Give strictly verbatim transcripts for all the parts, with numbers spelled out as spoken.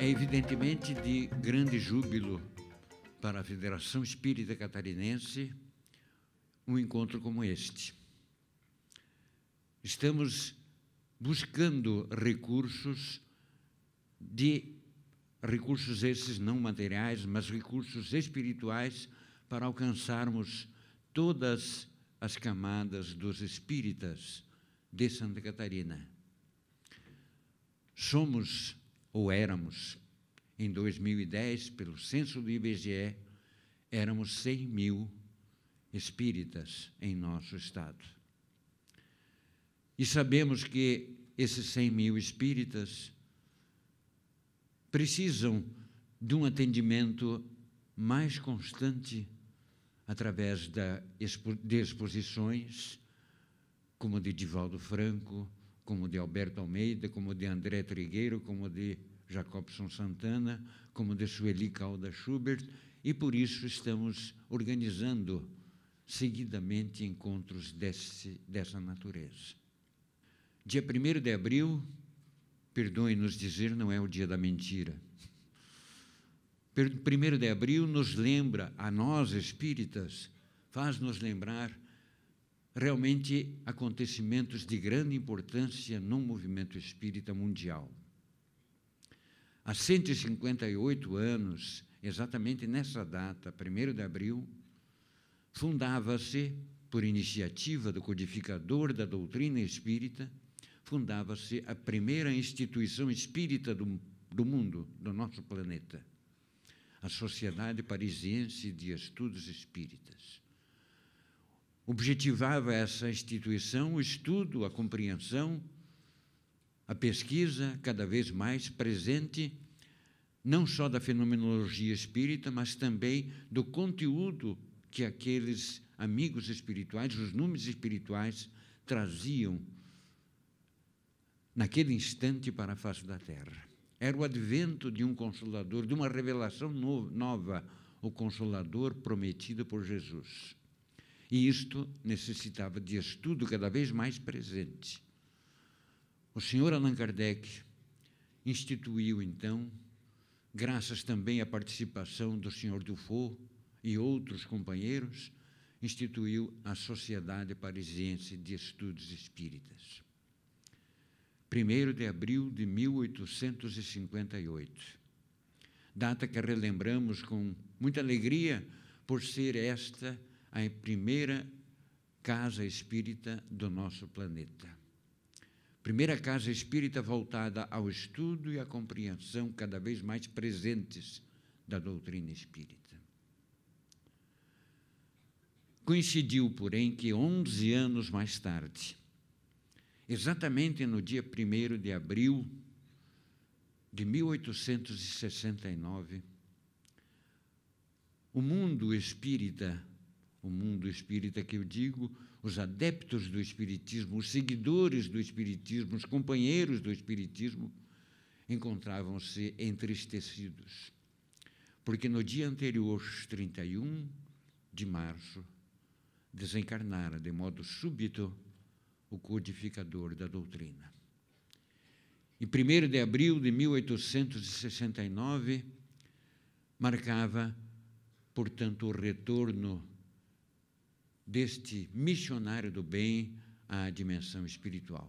É evidentemente de grande júbilo para a Federação Espírita Catarinense um encontro como este. Estamos buscando recursos, de recursos esses não materiais, mas recursos espirituais para alcançarmos todas as camadas dos espíritas de Santa Catarina. Somos, ou éramos, em dois mil e dez, pelo censo do I B G E, éramos cem mil espíritas em nosso estado. E sabemos que esses cem mil espíritas precisam de um atendimento mais constante através da expo, de exposições, como de Divaldo Franco, como de Alberto Almeida, como de André Trigueiro, como de Jacobson Santana, como de Sueli Calda Schubert, e por isso estamos organizando seguidamente encontros desse, dessa natureza. Dia primeiro de abril, perdoem-nos dizer, não é o dia da mentira. primeiro de abril nos lembra, a nós espíritas, faz-nos lembrar realmente acontecimentos de grande importância no movimento espírita mundial. Há cento e cinquenta e oito anos, exatamente nessa data, primeiro de abril, fundava-se, por iniciativa do codificador da doutrina espírita, fundava-se a primeira instituição espírita do, do mundo, do nosso planeta, a Sociedade Parisiense de Estudos Espíritas. Objetivava essa instituição o estudo, a compreensão, a pesquisa cada vez mais presente, não só da fenomenologia espírita, mas também do conteúdo que aqueles amigos espirituais, os números espirituais, traziam naquele instante para a face da Terra. Era o advento de um Consolador, de uma revelação no, nova, o Consolador prometido por Jesus. E isto necessitava de estudo cada vez mais presente. O senhor Allan Kardec instituiu, então, graças também à participação do senhor Dufault e outros companheiros, instituiu a Sociedade Parisiense de Estudos Espíritas. primeiro de abril de mil oitocentos e cinquenta e oito, data que relembramos com muita alegria por ser esta a primeira casa espírita do nosso planeta. Primeira casa espírita voltada ao estudo e à compreensão cada vez mais presentes da doutrina espírita. Coincidiu, porém, que onze anos mais tarde, exatamente no dia primeiro de abril de mil oitocentos e sessenta e nove, o mundo espírita, o mundo espírita que eu digo, os adeptos do espiritismo, os seguidores do espiritismo, os companheiros do espiritismo, encontravam-se entristecidos, porque no dia anterior, trinta e um de março, desencarnara de modo súbito o codificador da doutrina. E primeiro de abril de mil oitocentos e sessenta e nove marcava, portanto, o retorno deste missionário do bem à dimensão espiritual.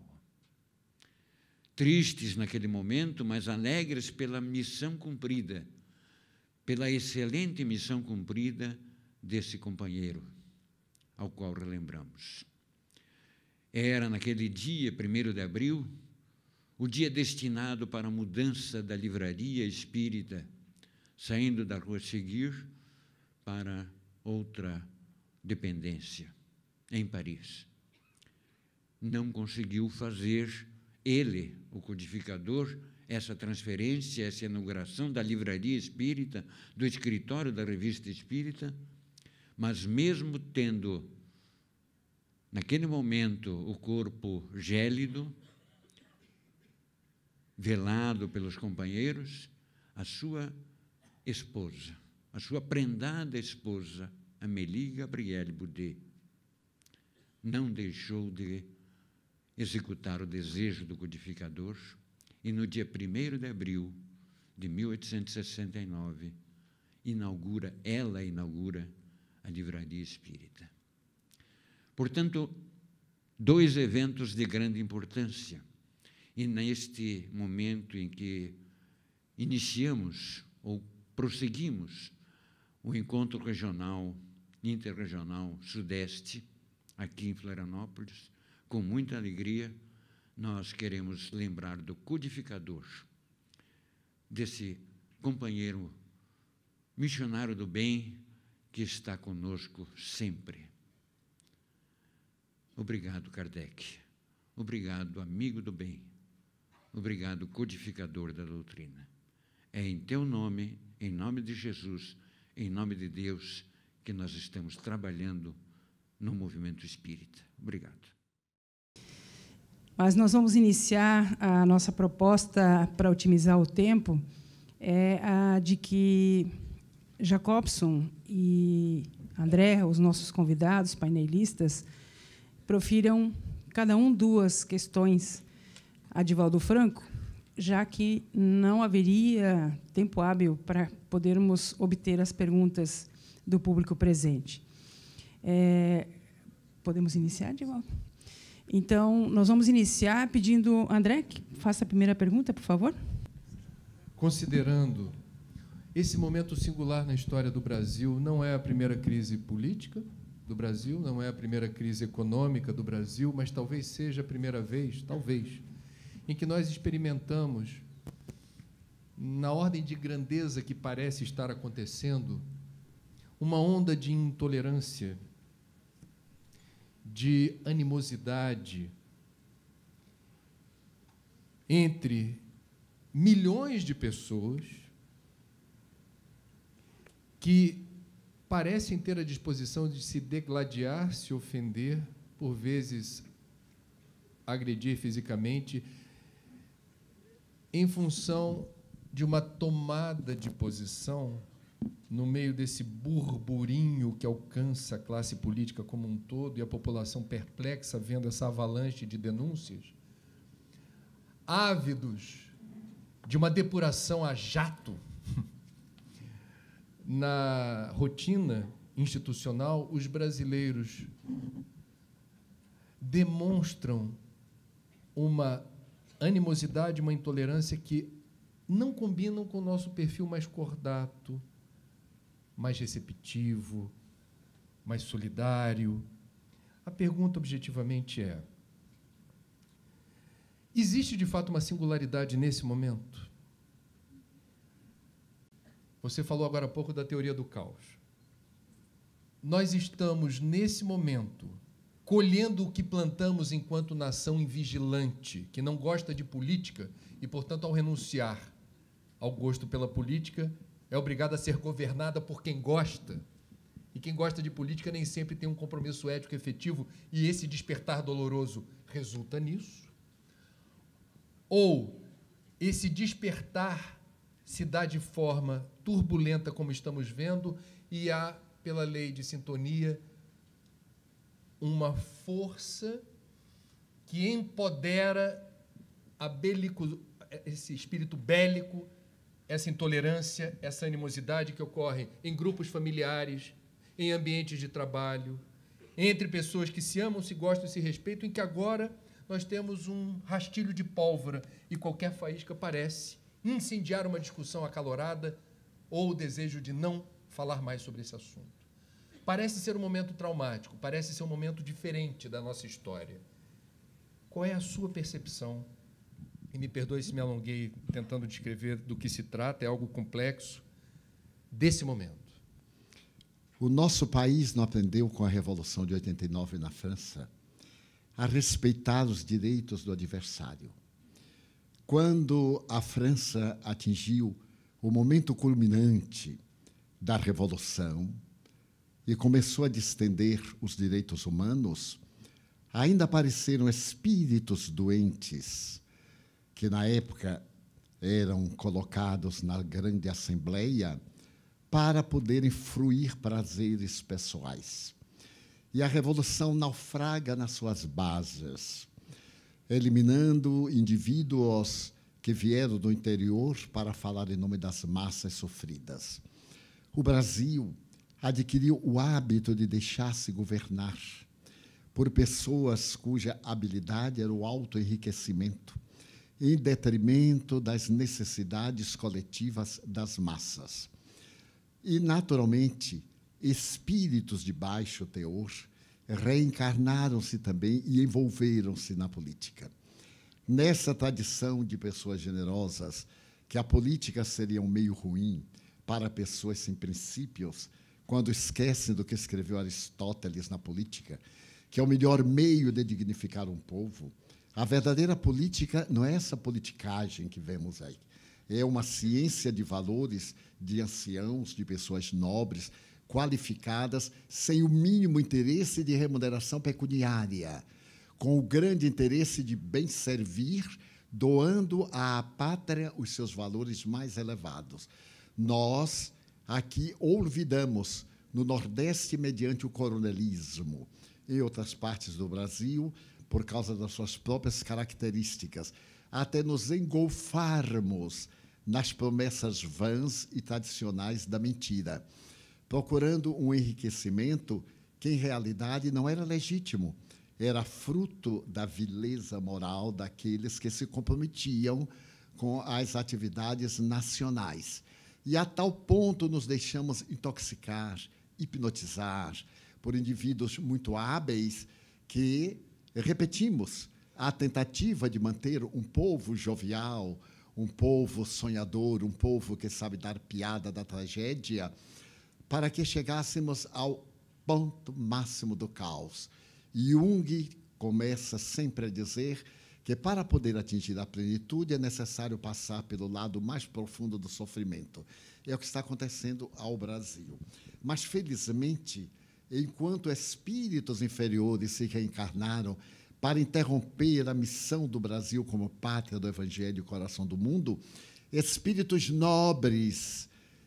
Tristes naquele momento, mas alegres pela missão cumprida, pela excelente missão cumprida desse companheiro, ao qual relembramos. Era, naquele dia, primeiro de abril, o dia destinado para a mudança da livraria espírita, saindo da Rua Seguir para outra dependência, em Paris. Não conseguiu fazer ele, o codificador, essa transferência, essa inauguração da livraria espírita, do escritório da revista espírita, mas mesmo tendo, naquele momento, o corpo gélido, velado pelos companheiros, a sua esposa, a sua prendada esposa, Amélie Gabrielle Boudet, não deixou de executar o desejo do codificador e, no dia primeiro de abril de mil oitocentos e sessenta e nove, inaugura, ela inaugura a Livraria Espírita. Portanto, dois eventos de grande importância. E neste momento em que iniciamos ou prosseguimos o encontro regional, interregional Sudeste, aqui em Florianópolis, com muita alegria, nós queremos lembrar do codificador, desse companheiro missionário do bem que está conosco sempre. Obrigado, Kardec. Obrigado, amigo do bem. Obrigado, codificador da doutrina. É em teu nome, em nome de Jesus, em nome de Deus, que nós estamos trabalhando no movimento espírita. Obrigado. Mas nós vamos iniciar a nossa proposta para otimizar o tempo, é a de que Jacobson e André, os nossos convidados, painelistas, profiram cada um duas questões a Divaldo Franco, já que não haveria tempo hábil para podermos obter as perguntas do público presente. É, podemos iniciar, Divaldo? Então, nós vamos iniciar pedindo... André, que faça a primeira pergunta, por favor. Considerando esse momento singular na história do Brasil, não é a primeira crise política do Brasil, não é a primeira crise econômica do Brasil, mas talvez seja a primeira vez, talvez, em que nós experimentamos, na ordem de grandeza que parece estar acontecendo, uma onda de intolerância, de animosidade entre milhões de pessoas que parecem ter a disposição de se degladiar, se ofender, por vezes agredir fisicamente, em função de uma tomada de posição no meio desse burburinho que alcança a classe política como um todo e a população perplexa vendo essa avalanche de denúncias, ávidos de uma depuração a jato na rotina institucional, os brasileiros demonstram uma animosidade, uma intolerância que não combinam com o nosso perfil mais cordato, mais receptivo, mais solidário. A pergunta, objetivamente, é: existe, de fato, uma singularidade nesse momento? Você falou agora há pouco da teoria do caos. Nós estamos, nesse momento, colhendo o que plantamos enquanto nação invigilante, que não gosta de política e, portanto, ao renunciar ao gosto pela política, é obrigada a ser governada por quem gosta. E quem gosta de política nem sempre tem um compromisso ético efetivo, e esse despertar doloroso resulta nisso. Ou esse despertar se dá de forma turbulenta, como estamos vendo, e há, pela lei de sintonia, uma força que empodera a bélico, esse espírito bélico, essa intolerância, essa animosidade que ocorre em grupos familiares, em ambientes de trabalho, entre pessoas que se amam, se gostam e se respeitam, em que agora nós temos um rastilho de pólvora e qualquer faísca parece incendiar uma discussão acalorada ou o desejo de não falar mais sobre esse assunto. Parece ser um momento traumático, parece ser um momento diferente da nossa história. Qual é a sua percepção? E me perdoe se me alonguei tentando descrever do que se trata, é algo complexo, desse momento. O nosso país não aprendeu com a Revolução de oitenta e nove na França a respeitar os direitos do adversário. Quando a França atingiu o momento culminante da Revolução e começou a distender os direitos humanos, ainda apareceram espíritos doentes que, na época, eram colocados na grande assembleia para poderem fruir prazeres pessoais. E a Revolução naufraga nas suas bases, eliminando indivíduos que vieram do interior para falar em nome das massas sofridas. O Brasil adquiriu o hábito de deixar-se governar por pessoas cuja habilidade era o autoenriquecimento, em detrimento das necessidades coletivas das massas. E, naturalmente, espíritos de baixo teor reencarnaram-se também e envolveram-se na política. Nessa tradição de pessoas generosas, que a política seria um meio ruim para pessoas sem princípios, quando esquecem do que escreveu Aristóteles na política, que é o melhor meio de dignificar um povo, a verdadeira política não é essa politicagem que vemos aí. É uma ciência de valores de anciãos, de pessoas nobres, qualificadas, sem o mínimo interesse de remuneração pecuniária, com o grande interesse de bem servir, doando à pátria os seus valores mais elevados. Nós, aqui, olvidamos, no Nordeste, mediante o coronelismo, em outras partes do Brasil, por causa das suas próprias características, até nos engolfarmos nas promessas vãs e tradicionais da mentira, procurando um enriquecimento que, em realidade, não era legítimo, era fruto da vileza moral daqueles que se comprometiam com as atividades nacionais. E, a tal ponto, nos deixamos intoxicar, hipnotizar por indivíduos muito hábeis que, repetimos, a tentativa de manter um povo jovial, um povo sonhador, um povo que sabe dar piada da tragédia, para que chegássemos ao ponto máximo do caos. Jung começa sempre a dizer que, para poder atingir a plenitude, é necessário passar pelo lado mais profundo do sofrimento. É o que está acontecendo ao Brasil. Mas, felizmente, enquanto espíritos inferiores se reencarnaram para interromper a missão do Brasil como pátria do Evangelho e coração do mundo, espíritos nobres,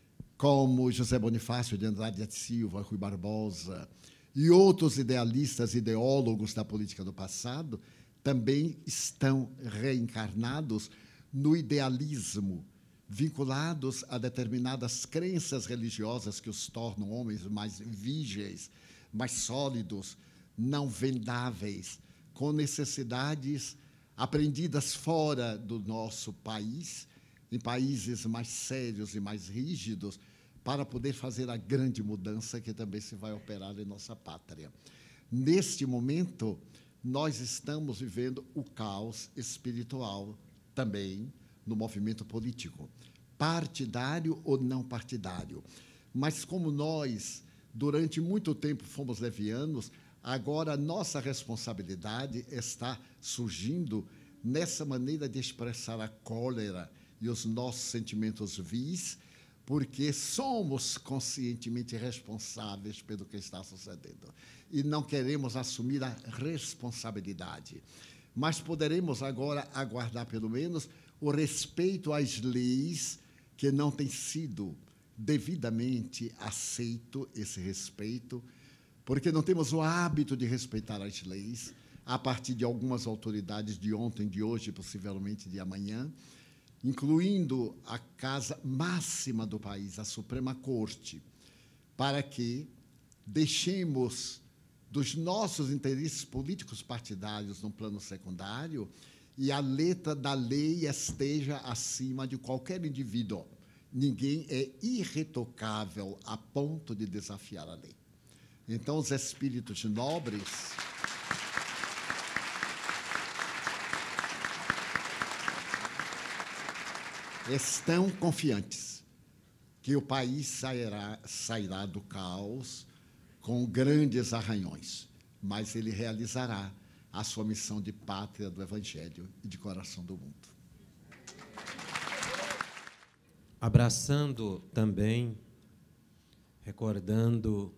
como José Bonifácio de Andrade de Silva, Rui Barbosa e outros idealistas, ideólogos da política do passado, também estão reencarnados no idealismo, vinculados a determinadas crenças religiosas que os tornam homens mais vigíveis, mais sólidos, não vendáveis, com necessidades aprendidas fora do nosso país, em países mais sérios e mais rígidos, para poder fazer a grande mudança que também se vai operar em nossa pátria. Neste momento, nós estamos vivendo o caos espiritual também no movimento político, partidário ou não partidário. Mas como nós, durante muito tempo, fomos levianos, agora a nossa responsabilidade está surgindo nessa maneira de expressar a cólera e os nossos sentimentos vis, porque somos conscientemente responsáveis pelo que está sucedendo e não queremos assumir a responsabilidade. Mas poderemos agora aguardar, pelo menos, o respeito às leis, que não tem sido devidamente aceito esse respeito, porque não temos o hábito de respeitar as leis, a partir de algumas autoridades de ontem, de hoje, possivelmente de amanhã, incluindo a casa máxima do país, a Suprema Corte, para que deixemos dos nossos interesses políticos partidários no plano secundário e a letra da lei esteja acima de qualquer indivíduo. Ninguém é irretocável a ponto de desafiar a lei. Então, os espíritos nobres estão confiantes que o país sairá, sairá do caos com grandes arranhões, mas ele realizará a sua missão de pátria do Evangelho e de coração do mundo. Abraçando também, recordando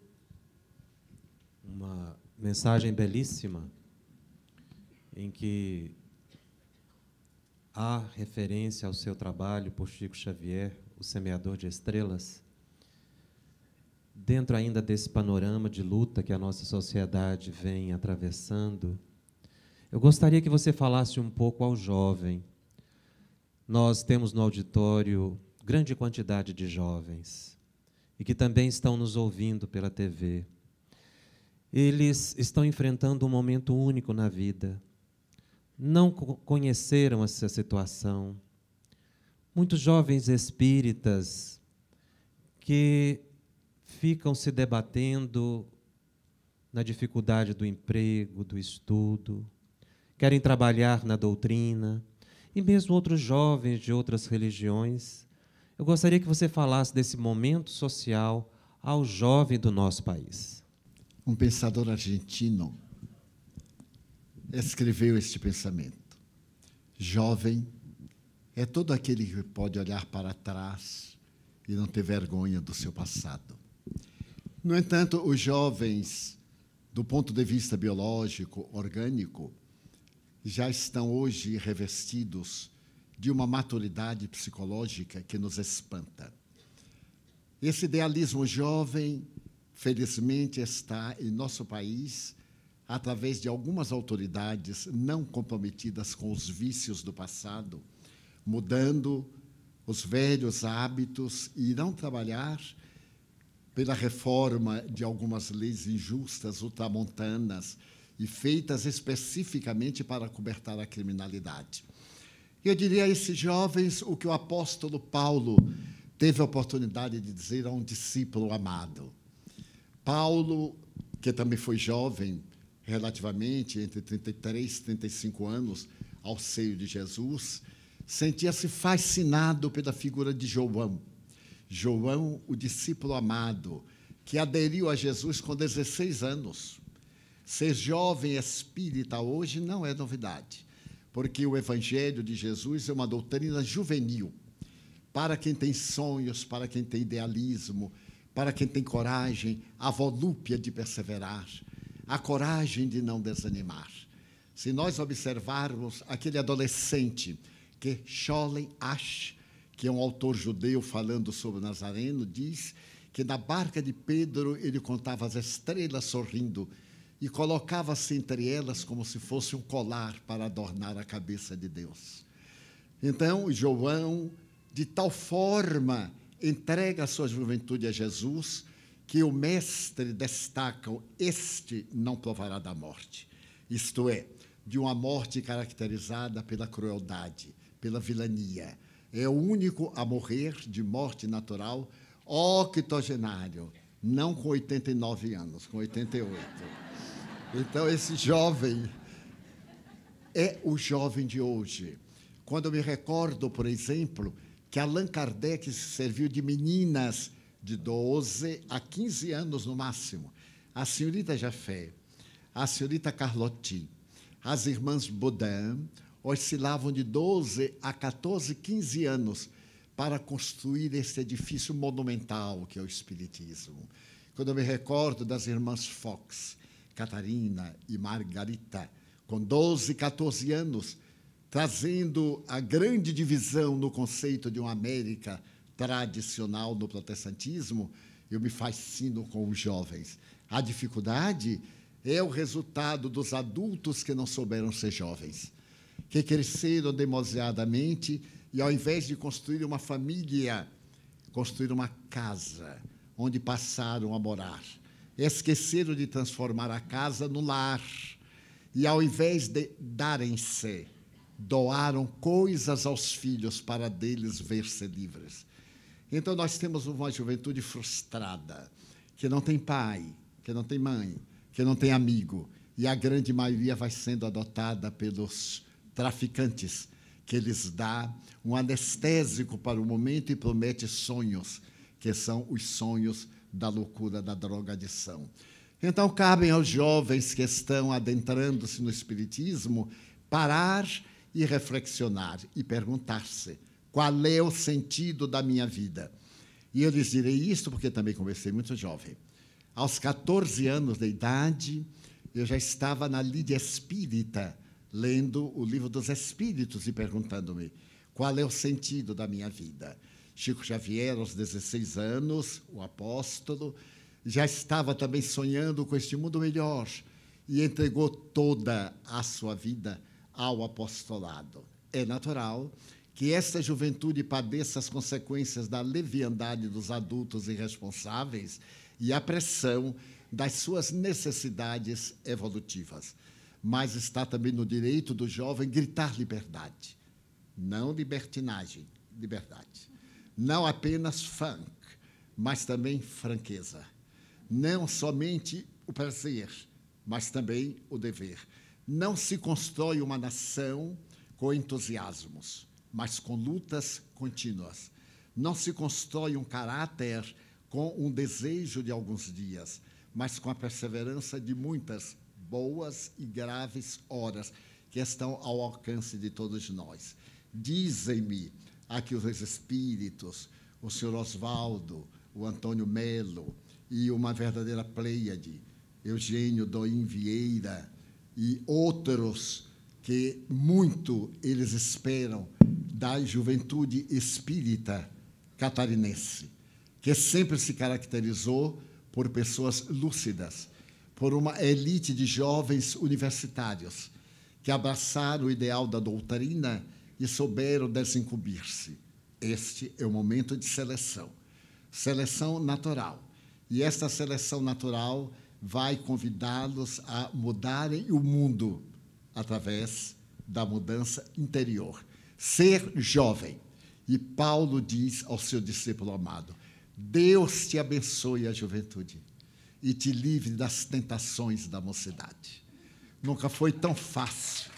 uma mensagem belíssima em que há referência ao seu trabalho por Chico Xavier, o semeador de estrelas, dentro ainda desse panorama de luta que a nossa sociedade vem atravessando, eu gostaria que você falasse um pouco ao jovem, nós temos no auditório grande quantidade de jovens e que também estão nos ouvindo pela T V. Eles estão enfrentando um momento único na vida. Não conheceram essa situação. Muitos jovens espíritas que ficam se debatendo na dificuldade do emprego, do estudo, querem trabalhar na doutrina, e mesmo outros jovens de outras religiões. Eu gostaria que você falasse desse momento social ao jovem do nosso país. Um pensador argentino escreveu este pensamento: jovem é todo aquele que pode olhar para trás e não ter vergonha do seu passado. No entanto, os jovens, do ponto de vista biológico, orgânico, já estão hoje revestidos de uma maturidade psicológica que nos espanta. Esse idealismo jovem, felizmente, está em nosso país através de algumas autoridades não comprometidas com os vícios do passado, mudando os velhos hábitos e irão trabalhar pela reforma de algumas leis injustas, ultramontanas, e feitas especificamente para cobertar a criminalidade. Eu diria a esses jovens o que o apóstolo Paulo teve a oportunidade de dizer a um discípulo amado. Paulo, que também foi jovem, relativamente, entre trinta e três e trinta e cinco anos, ao seio de Jesus, sentia-se fascinado pela figura de João. João, o discípulo amado, que aderiu a Jesus com dezesseis anos. Ser jovem espírita hoje não é novidade, porque o Evangelho de Jesus é uma doutrina juvenil, para quem tem sonhos, para quem tem idealismo, para quem tem coragem, a volúpia de perseverar, a coragem de não desanimar. Se nós observarmos aquele adolescente que Sholem Asch, que é um autor judeu falando sobre Nazareno, diz que na barca de Pedro ele contava as estrelas sorrindo e colocava-se entre elas como se fosse um colar para adornar a cabeça de Deus. Então, João, de tal forma, entrega a sua juventude a Jesus, que o mestre destaca: este não provará da morte. Isto é, de uma morte caracterizada pela crueldade, pela vilania. É o único a morrer de morte natural, octogenário, não com oitenta e nove anos, com oitenta e oito. Então, esse jovem é o jovem de hoje. Quando eu me recordo, por exemplo, que Allan Kardec se serviu de meninas de doze a quinze anos no máximo, a senhorita Jafé, a senhorita Carlotti, as irmãs Baudin, oscilavam de doze a quatorze, quinze anos para construir esse edifício monumental que é o Espiritismo. Quando eu me recordo das irmãs Fox, Catarina e Margarita, com doze, quatorze anos, trazendo a grande divisão no conceito de uma América tradicional no protestantismo, eu me fascino com os jovens. A dificuldade é o resultado dos adultos que não souberam ser jovens, que cresceram demasiadamente e, ao invés de construir uma família, construíram uma casa onde passaram a morar. Esqueceram de transformar a casa no lar e, ao invés de darem-se, doaram coisas aos filhos para deles ver-se livres. Então, nós temos uma juventude frustrada, que não tem pai, que não tem mãe, que não tem amigo, e a grande maioria vai sendo adotada pelos traficantes, que lhes dá um anestésico para o momento e promete sonhos, que são os sonhos da loucura, da drogadição. Então, cabem aos jovens que estão adentrando-se no Espiritismo parar e reflexionar e perguntar-se: qual é o sentido da minha vida? E eu lhes direi isto porque também comecei muito jovem. Aos quatorze anos de idade, eu já estava na Lídia Espírita, lendo o Livro dos Espíritos e perguntando-me qual é o sentido da minha vida. Chico Xavier, aos dezesseis anos, o apóstolo, já estava também sonhando com este mundo melhor e entregou toda a sua vida ao apostolado. É natural que esta juventude padeça as consequências da leviandade dos adultos irresponsáveis e a pressão das suas necessidades evolutivas. Mas está também no direito do jovem gritar liberdade, não libertinagem, liberdade. Não apenas funk, mas também franqueza. Não somente o prazer, mas também o dever. Não se constrói uma nação com entusiasmos, mas com lutas contínuas. Não se constrói um caráter com um desejo de alguns dias, mas com a perseverança de muitas boas e graves horas que estão ao alcance de todos nós. Dizem-me aqui os espíritos, o senhor Oswaldo, o Antônio Melo e uma verdadeira pleiade, Eugênio Doim Vieira e outros que muito eles esperam da juventude espírita catarinense, que sempre se caracterizou por pessoas lúcidas, por uma elite de jovens universitários que abraçaram o ideal da doutrina e souberam desincumbir-se. Este é o momento de seleção, seleção natural. E esta seleção natural vai convidá-los a mudarem o mundo através da mudança interior. Ser jovem. E Paulo diz ao seu discípulo amado, Deus te abençoe a juventude e te livre das tentações da mocidade. Nunca foi tão fácil.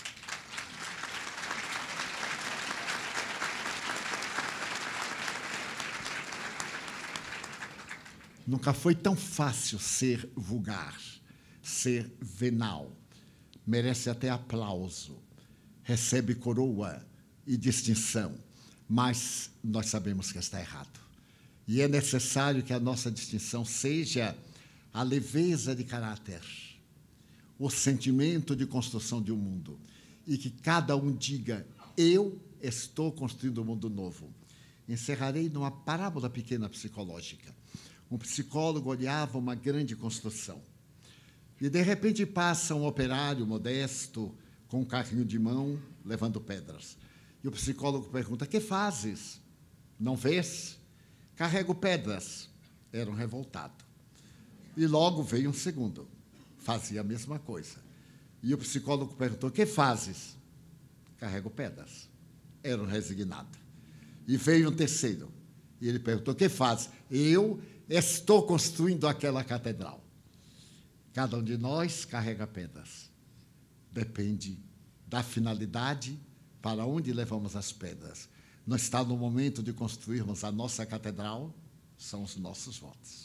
Nunca foi tão fácil ser vulgar, ser venal. Merece até aplauso, recebe coroa e distinção, mas nós sabemos que está errado. E é necessário que a nossa distinção seja a leveza de caráter, o sentimento de construção de um mundo, e que cada um diga, eu estou construindo um mundo novo. Encerrarei numa parábola pequena psicológica. Um psicólogo olhava uma grande construção e, de repente, passa um operário modesto com um carrinho de mão, levando pedras. E o psicólogo pergunta, que fazes? Não vês? Carrego pedras. Era um revoltado. E logo veio um segundo, fazia a mesma coisa. E o psicólogo perguntou, que fazes? Carrego pedras. Era um resignado. E veio um terceiro, e ele perguntou, que fazes? Eu estou construindo aquela catedral. Cada um de nós carrega pedras. Depende da finalidade para onde levamos as pedras. Não está no momento de construirmos a nossa catedral, são os nossos votos.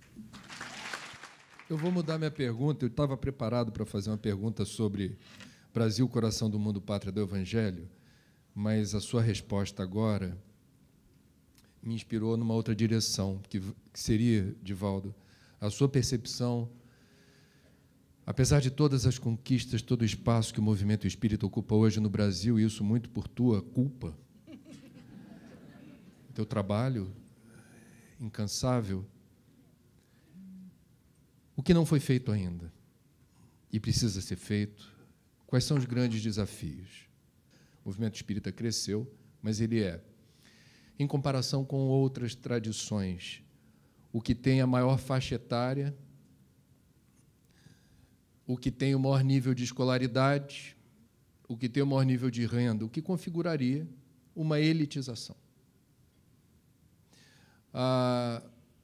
Eu vou mudar minha pergunta. Eu estava preparado para fazer uma pergunta sobre Brasil, coração do mundo, pátria do Evangelho, mas a sua resposta agora me inspirou numa outra direção, que, que seria, Divaldo, a sua percepção, apesar de todas as conquistas, todo o espaço que o movimento espírita ocupa hoje no Brasil, e isso muito por tua culpa, teu trabalho incansável, o que não foi feito ainda e precisa ser feito, quais são os grandes desafios? O movimento espírita cresceu, mas ele é, em comparação com outras tradições, o que tem a maior faixa etária, o que tem o maior nível de escolaridade, o que tem o maior nível de renda, o que configuraria uma elitização. Ah,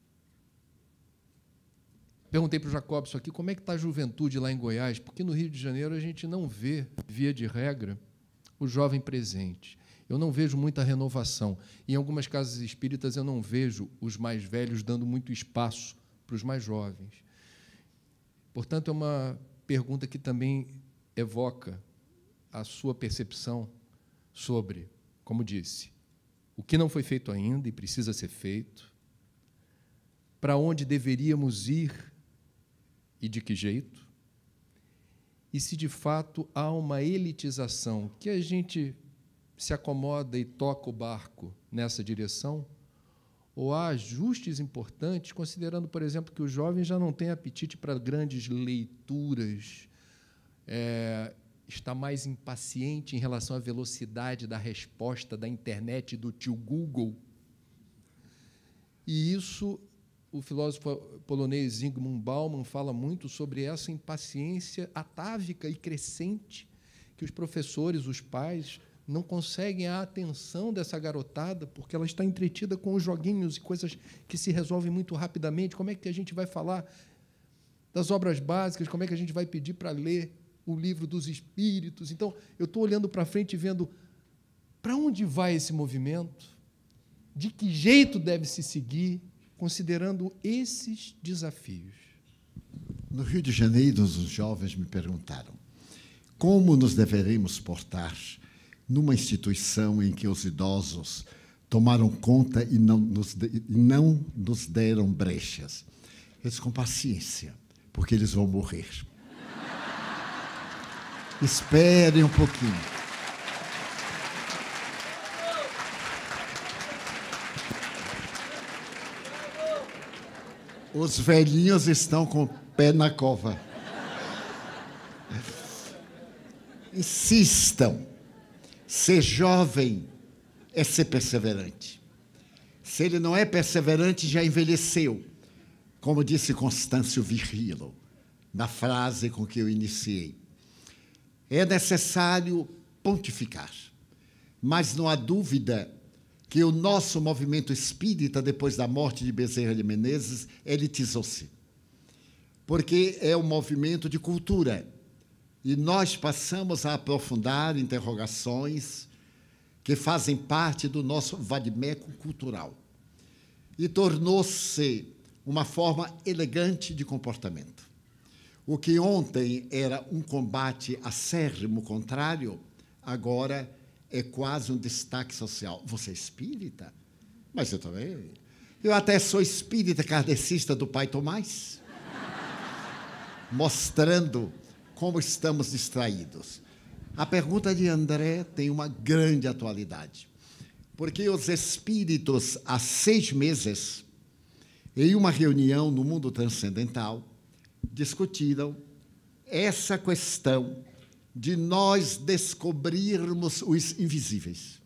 perguntei para o Jacobson aqui como é que está a juventude lá em Goiás, porque no Rio de Janeiro a gente não vê, via de regra, o jovem presente. Eu não vejo muita renovação. Em algumas casas espíritas eu não vejo os mais velhos dando muito espaço para os mais jovens. Portanto, é uma pergunta que também evoca a sua percepção sobre, como disse, o que não foi feito ainda e precisa ser feito, para onde deveríamos ir e de que jeito, e se de fato há uma elitização que a gente se acomoda e toca o barco nessa direção, ou há ajustes importantes, considerando, por exemplo, que o jovem já não tem apetite para grandes leituras, é, está mais impaciente em relação à velocidade da resposta da internet do tio Google. E isso, o filósofo polonês Zygmunt Bauman fala muito sobre essa impaciência atávica e crescente que os professores, os pais, não conseguem a atenção dessa garotada, porque ela está entretida com os joguinhos e coisas que se resolvem muito rapidamente. Como é que a gente vai falar das obras básicas? Como é que a gente vai pedir para ler o livro dos Espíritos? Então, eu estou olhando para frente e vendo para onde vai esse movimento, de que jeito deve se seguir, considerando esses desafios. No Rio de Janeiro, os jovens me perguntaram como nos deveremos portar numa instituição em que os idosos tomaram conta e não nos, de, e não nos deram brechas. Eles com paciência, porque eles vão morrer. Esperem um pouquinho. Os velhinhos estão com o pé na cova. Insistam. Ser jovem é ser perseverante. Se ele não é perseverante, já envelheceu. Como disse Constâncio Virrilo, na frase com que eu iniciei. É necessário pontificar, mas não há dúvida que o nosso movimento espírita, depois da morte de Bezerra de Menezes, elitizou-se. Porque é um movimento de cultura. E nós passamos a aprofundar interrogações que fazem parte do nosso vadimeco cultural. E tornou-se uma forma elegante de comportamento. O que ontem era um combate acérrimo contrário, agora é quase um destaque social. Você é espírita? Mas eu também. Eu até sou espírita kardecista do Pai Tomás. Mostrando como estamos distraídos. A pergunta de André tem uma grande atualidade, porque os espíritos, há seis meses, em uma reunião no mundo transcendental, discutiram essa questão de nós descobrirmos os invisíveis,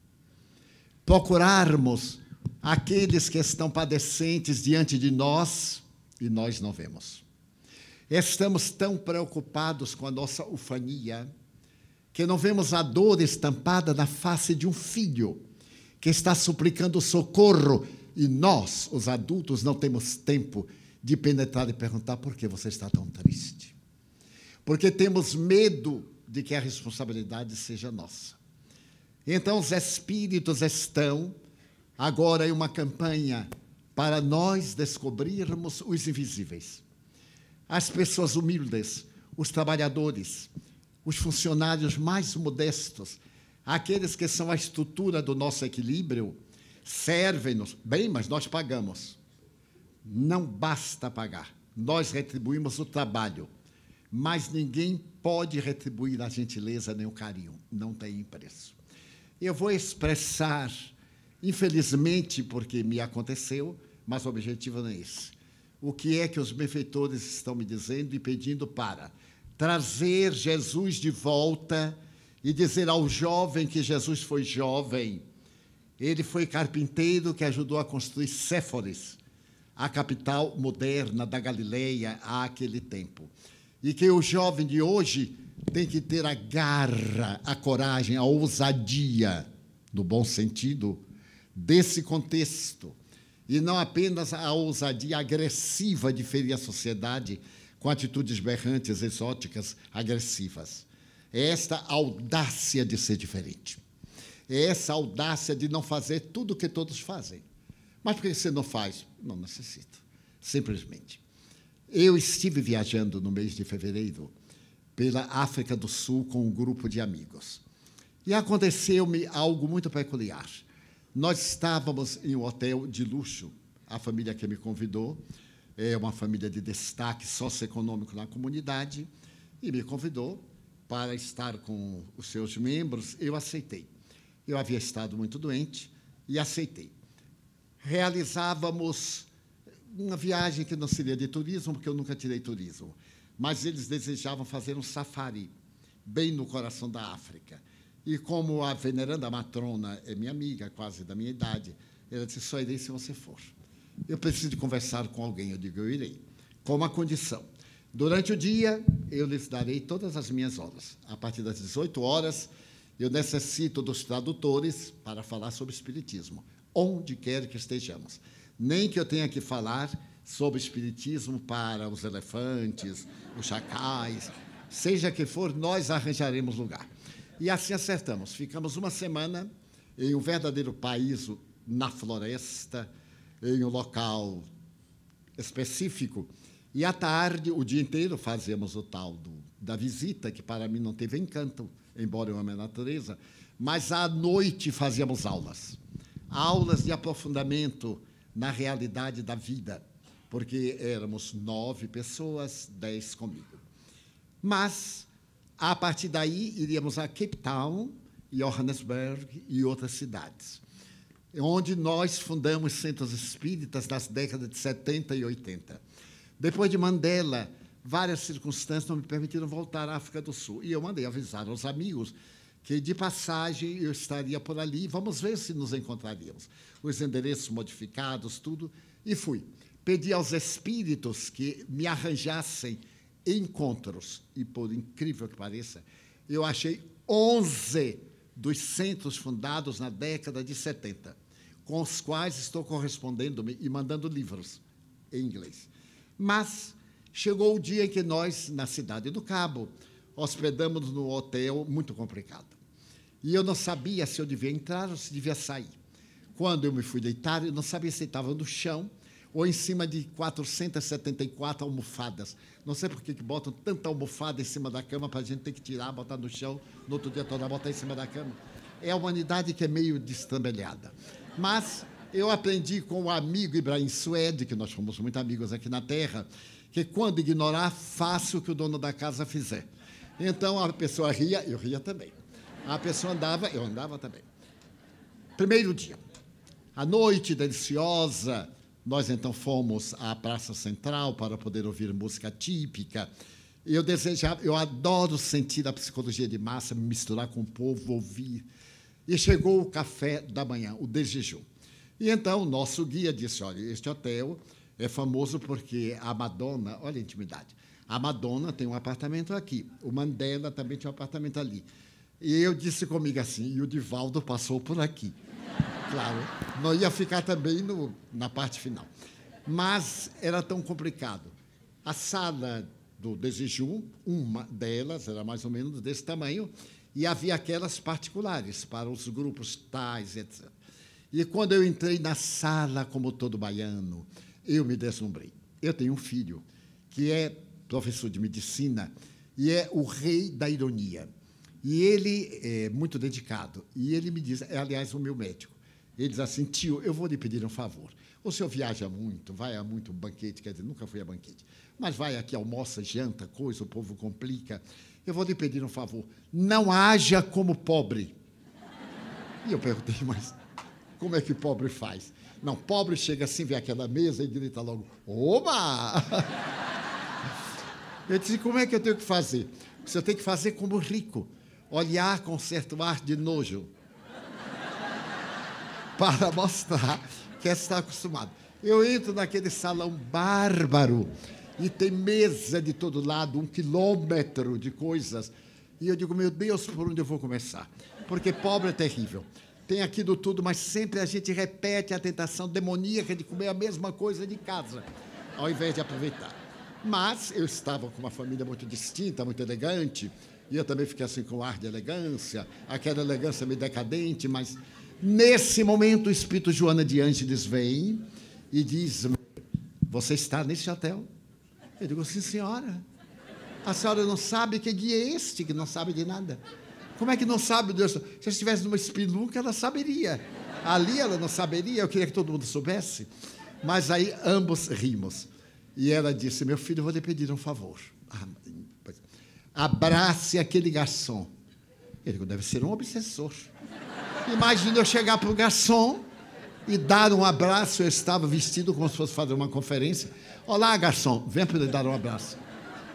procurarmos aqueles que estão padecentes diante de nós e nós não vemos. Estamos tão preocupados com a nossa ufania que não vemos a dor estampada na face de um filho que está suplicando socorro e nós, os adultos, não temos tempo de penetrar e perguntar por que você está tão triste. Porque temos medo de que a responsabilidade seja nossa. Então, os espíritos estão agora em uma campanha para nós descobrirmos os invisíveis. As pessoas humildes, os trabalhadores, os funcionários mais modestos, aqueles que são a estrutura do nosso equilíbrio, servem-nos. Bem, mas nós pagamos. Não basta pagar. Nós retribuímos o trabalho, mas ninguém pode retribuir a gentileza nem o carinho. Não tem preço. Eu vou expressar, infelizmente, porque me aconteceu, mas o objetivo não é esse. O que é que os benfeitores estão me dizendo e pedindo para trazer Jesus de volta e dizer ao jovem que Jesus foi jovem. Ele foi carpinteiro que ajudou a construir Séforis, a capital moderna da Galileia àquele tempo. E que o jovem de hoje tem que ter a garra, a coragem, a ousadia, no bom sentido, desse contexto. E não apenas a ousadia agressiva de ferir a sociedade com atitudes berrantes, exóticas, agressivas. É esta audácia de ser diferente. É essa audácia de não fazer tudo o que todos fazem. Mas por que você não faz? Não necessita. Simplesmente. Eu estive viajando no mês de fevereiro pela África do Sul com um grupo de amigos. E aconteceu-me algo muito peculiar. Nós estávamos em um hotel de luxo. A família que me convidou é uma família de destaque socioeconômico na comunidade e me convidou para estar com os seus membros. Eu aceitei. Eu havia estado muito doente e aceitei. Realizávamos uma viagem que não seria de turismo, porque eu nunca tirei turismo, mas eles desejavam fazer um safari, bem no coração da África. E como a veneranda matrona é minha amiga, quase da minha idade, ela disse, só irei se você for. Eu preciso de conversar com alguém. Eu digo, eu irei, com uma condição. Durante o dia, eu lhes darei todas as minhas horas. A partir das dezoito horas, eu necessito dos tradutores para falar sobre espiritismo, onde quer que estejamos. Nem que eu tenha que falar sobre espiritismo para os elefantes, os chacais, seja que for, nós arranjaremos lugar. E assim acertamos. Ficamos uma semana em um verdadeiro paraíso na floresta, em um local específico. E, à tarde, o dia inteiro, fazíamos o tal do, da visita, que para mim não teve encanto, embora eu ame a natureza, mas, à noite, fazíamos aulas. Aulas de aprofundamento na realidade da vida, porque éramos nove pessoas, dez comigo. Mas, a partir daí, iríamos a Cape Town, Johannesburg e outras cidades, onde nós fundamos centros espíritas nas décadas de setenta e oitenta. Depois de Mandela, várias circunstâncias não me permitiram voltar à África do Sul. E eu mandei avisar aos amigos que, de passagem, eu estaria por ali. Vamos ver se nos encontraríamos. Os endereços modificados, tudo. E fui. Pedi aos espíritos que me arranjassem encontros. E, por incrível que pareça, eu achei onze dos centros fundados na década de setenta, com os quais estou correspondendo-me e mandando livros em inglês. Mas chegou o dia em que nós, na Cidade do Cabo, hospedamos num hotel muito complicado. E eu não sabia se eu devia entrar ou se devia sair. Quando eu me fui deitar, eu não sabia se estava no chão ou em cima de quatrocentas e setenta e quatro almofadas. Não sei por que botam tanta almofada em cima da cama para a gente ter que tirar, botar no chão, no outro dia toda botar em cima da cama. É a humanidade que é meio destrambelhada. Mas eu aprendi com o amigo Ibrahim Suede, que nós fomos muito amigos aqui na Terra, que quando ignorar, faça o que o dono da casa fizer. Então, a pessoa ria, eu ria também. A pessoa andava, eu andava também. Primeiro dia, a noite deliciosa, nós então fomos à Praça Central para poder ouvir música típica. Eu desejava, eu adoro sentir a psicologia de massa, me misturar com o povo, ouvir. E chegou o café da manhã, o de jejum. E então o nosso guia disse, olha, este hotel é famoso porque a Madonna, olha a intimidade, a Madonna tem um apartamento aqui, o Mandela também tinha um apartamento ali. E eu disse comigo assim, e o Divaldo passou por aqui. Claro, não ia ficar também no, na parte final. Mas era tão complicado. A sala do de jejum, uma delas era mais ou menos desse tamanho, e havia aquelas particulares para os grupos tais, etcétera. E quando eu entrei na sala, como todo baiano, eu me deslumbrei. Eu tenho um filho que é professor de medicina e é o rei da ironia. E ele é muito dedicado. E ele me diz, é, aliás, o meu médico, ele diz assim, tio, eu vou lhe pedir um favor. O senhor viaja muito, vai a muito banquete, quer dizer, nunca fui a banquete, mas vai aqui, almoça, janta, coisa, o povo complica. Eu vou lhe pedir um favor, não haja como pobre. E eu perguntei, mas como é que pobre faz? Não, pobre chega assim, vê aquela mesa e grita logo, oba! Eu disse, como é que eu tenho que fazer? Você tem que fazer como rico, olhar com certo ar de nojo, para mostrar que está acostumado. Eu entro naquele salão bárbaro e tem mesa de todo lado, um quilômetro de coisas. E eu digo, meu Deus, por onde eu vou começar? Porque pobre é terrível. Tem aquilo tudo, mas sempre a gente repete a tentação demoníaca de comer a mesma coisa de casa, ao invés de aproveitar. Mas eu estava com uma família muito distinta, muito elegante, e eu também fiquei assim com ar de elegância, aquela elegância meio decadente, mas nesse momento o espírito Joana de Ângeles vem e diz, você está nesse hotel? Eu digo, sim, senhora. A senhora não sabe que guia é este, que não sabe de nada? Como é que não sabe, Deus? Se eu estivesse numa espelunca, ela saberia. Ali ela não saberia, eu queria que todo mundo soubesse. Mas aí ambos rimos. E ela disse, meu filho, eu vou lhe pedir um favor. Ah, abrace aquele garçom. Eu digo, deve ser um obsessor. Imagina eu chegar para o garçom e dar um abraço. Eu estava vestido como se fosse fazer uma conferência. Olá, garçom, vem para lhe dar um abraço.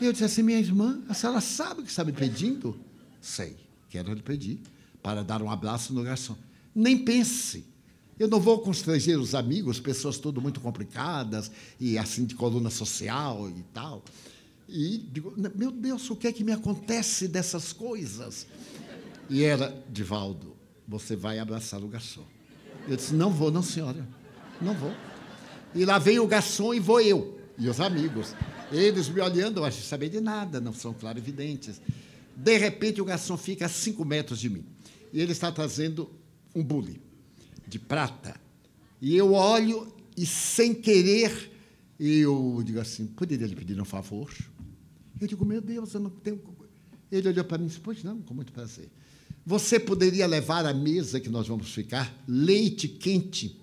E eu disse assim, minha irmã, a senhora sabe o que está me pedindo? Sei, quero lhe pedir para dar um abraço no garçom. Nem pense. Eu não vou constranger os amigos, pessoas tudo muito complicadas, e assim de coluna social e tal. E digo, meu Deus, o que é que me acontece dessas coisas? E era, Divaldo, você vai abraçar o garçom. Eu disse, não vou, não, senhora, não vou. E lá vem o garçom e vou eu, e os amigos. Eles me olhando, eu acho que saber de nada, não são clarividentes. De repente, o garçom fica a cinco metros de mim. E ele está trazendo um bule de prata. E eu olho e, sem querer, eu digo assim, poderia lhe pedir um favor? Eu digo, meu Deus, eu não tenho... Ele olhou para mim e disse, pois não, com muito prazer. Você poderia levar à mesa que nós vamos ficar leite quente?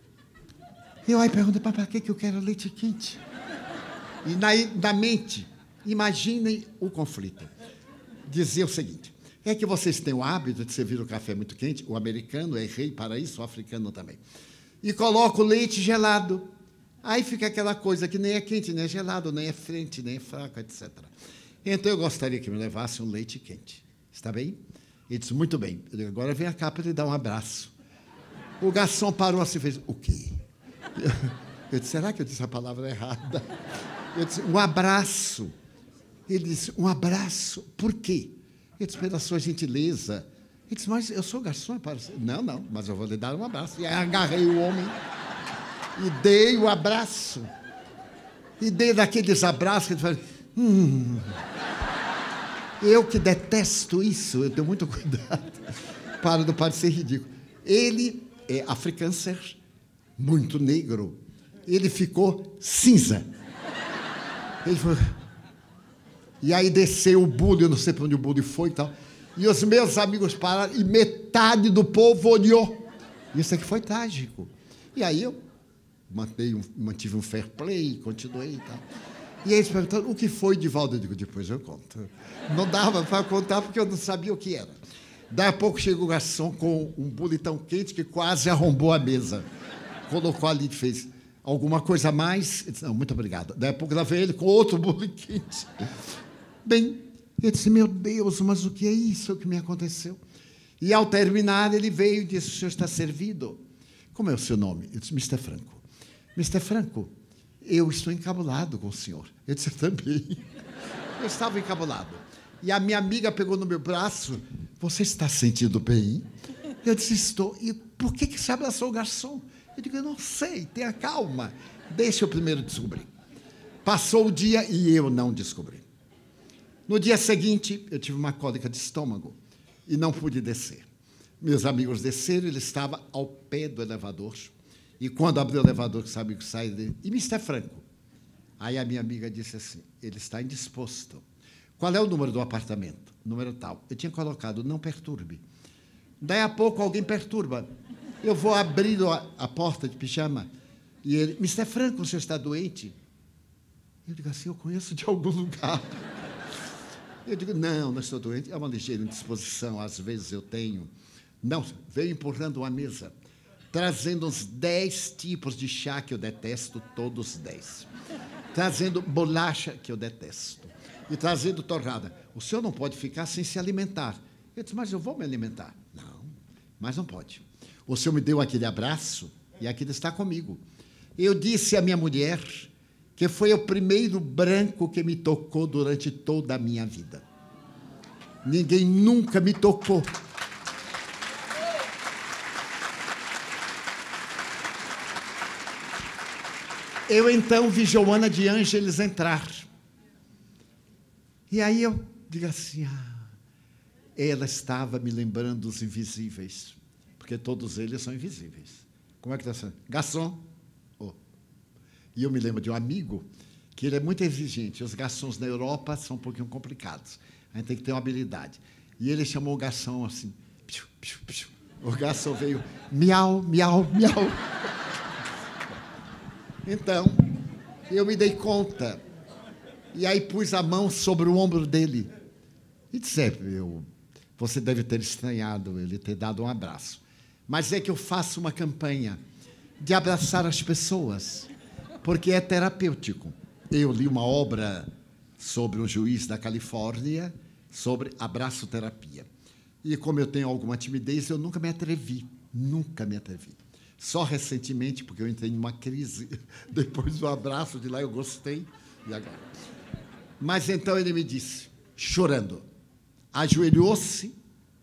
Eu aí pergunto, para que eu quero leite quente? E na, na mente, imaginem o conflito. Dizia o seguinte, é que vocês têm o hábito de servir o café muito quente, o americano é rei para isso, o africano também, e coloca o leite gelado. Aí fica aquela coisa que nem é quente, nem é gelado, nem é frente, nem é fraco, etcétera. Então, eu gostaria que me levasse um leite quente. Está bem? Ele disse, muito bem. Eu digo, agora vem cá para lhe dar um abraço. O garçom parou assim e fez, o quê? Eu, eu disse, será que eu disse a palavra errada? Eu disse, um abraço. Ele disse, um abraço. Por quê? Eu disse, pela sua gentileza. Ele disse, mas eu sou garçom. Não, não, mas eu vou lhe dar um abraço. E aí agarrei o homem e dei o abraço. E dei daqueles abraços que ele fala, hum, eu que detesto isso, eu tenho muito cuidado para não parecer ridículo. Ele é africâncer, muito negro. Ele ficou cinza. Ele foi... E aí desceu o bule, eu não sei para onde o bule foi e tal. E os meus amigos pararam e metade do povo olhou. Isso aqui foi trágico. E aí eu mantive um, mantive um fair play, continuei e tal. E aí eles perguntaram, o que foi, Divaldo? Eu digo, depois eu conto. Não dava para contar porque eu não sabia o que era. Daí a pouco chegou o garçom com um bule tão quente que quase arrombou a mesa. Colocou ali e fez, alguma coisa a mais? Eu disse, não, muito obrigado. Daí a pouco lá veio ele com outro bule quente. Bem, eu disse, meu Deus, mas o que é isso que me aconteceu? E ao terminar, ele veio e disse, o senhor está servido. Como é o seu nome? Eu disse, mister Franco. mister Franco, eu estou encabulado com o senhor. Eu disse, eu também. Eu estava encabulado. E a minha amiga pegou no meu braço, você está sentindo bem? Eu disse, estou. E por que que você abraçou o garçom? Eu digo, eu não sei, tenha calma. Deixa eu primeiro descobrir. Passou o dia e eu não descobri. No dia seguinte, eu tive uma cólica de estômago e não pude descer. Meus amigos desceram, ele estava ao pé do elevador. E quando abriu o elevador, sabe o que sai dele? E mister Franco? Aí a minha amiga disse assim, ele está indisposto. Qual é o número do apartamento? Número tal. Eu tinha colocado, não perturbe. Daí a pouco alguém perturba. Eu vou abrir a, a porta de pijama e ele, mister Franco, o senhor está doente? Eu digo assim, eu conheço de algum lugar. Eu digo, não, não estou doente, é uma ligeira indisposição, às vezes eu tenho. Não, veio empurrando uma mesa, trazendo uns dez tipos de chá que eu detesto, todos dez. Trazendo bolacha, que eu detesto. E trazendo torrada. O senhor não pode ficar sem se alimentar. Eu disse, mas eu vou me alimentar. Não, mas não pode. O senhor me deu aquele abraço e aquele está comigo. Eu disse à minha mulher que foi o primeiro branco que me tocou durante toda a minha vida. Ninguém nunca me tocou. Eu, então, vi Joana de Ângeles entrar. E aí eu digo assim, ah, ela estava me lembrando dos invisíveis, porque todos eles são invisíveis. Como é que está sendo? Garçom. Oh. E eu me lembro de um amigo que ele é muito exigente. Os garçons na Europa são um pouquinho complicados. A gente tem que ter uma habilidade. E ele chamou o garçom assim. Piu, piu, piu. O garçom veio, miau, miau, miau. Então, eu me dei conta. E aí pus a mão sobre o ombro dele. E disse, eu, você deve ter estranhado ele ter dado um abraço. Mas é que eu faço uma campanha de abraçar as pessoas, porque é terapêutico. Eu li uma obra sobre um juiz da Califórnia, sobre abraçoterapia. E como eu tenho alguma timidez, eu nunca me atrevi, nunca me atrevi. Só recentemente, porque eu entrei numa crise, depois do abraço de lá eu gostei, e agora? Mas então ele me disse, chorando, ajoelhou-se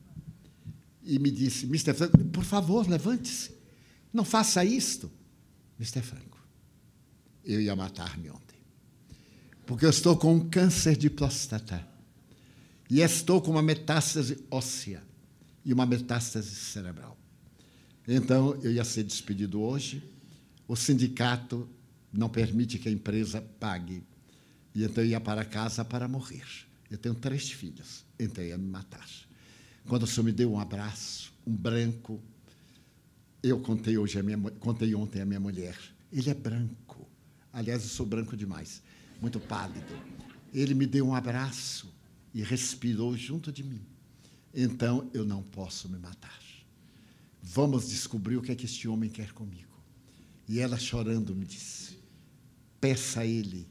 e me disse, mister Franco, por favor, levante-se, não faça isto. mister Franco, eu ia matar-me ontem, porque eu estou com um câncer de próstata e estou com uma metástase óssea e uma metástase cerebral. Então, eu ia ser despedido hoje, o sindicato não permite que a empresa pague, e então eu ia para casa para morrer. Eu tenho três filhos, entrei a me matar. Quando o senhor me deu um abraço, um branco, eu contei, hoje a minha, contei ontem a minha mulher, ele é branco, aliás, eu sou branco demais, muito pálido. Ele me deu um abraço e respirou junto de mim. Então, eu não posso me matar. Vamos descobrir o que é que este homem quer comigo. E ela, chorando, me disse, peça a ele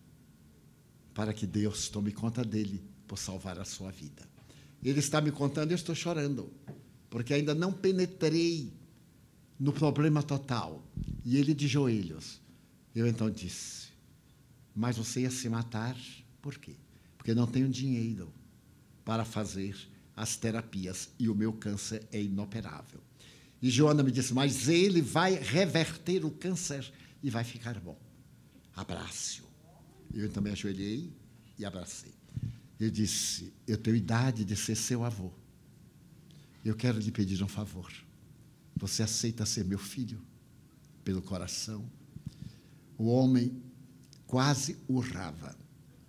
para que Deus tome conta dele por salvar a sua vida. Ele está me contando e eu estou chorando, porque ainda não penetrei no problema total. E ele de joelhos. Eu então disse, mas você ia se matar? Por quê? Porque não tenho dinheiro para fazer as terapias e o meu câncer é inoperável. E Joana me disse, mas ele vai reverter o câncer e vai ficar bom. Abrace-o. Eu também ajoelhei e abracei. Eu disse, eu tenho idade de ser seu avô. Eu quero lhe pedir um favor. Você aceita ser meu filho? Pelo coração. O homem quase urrava.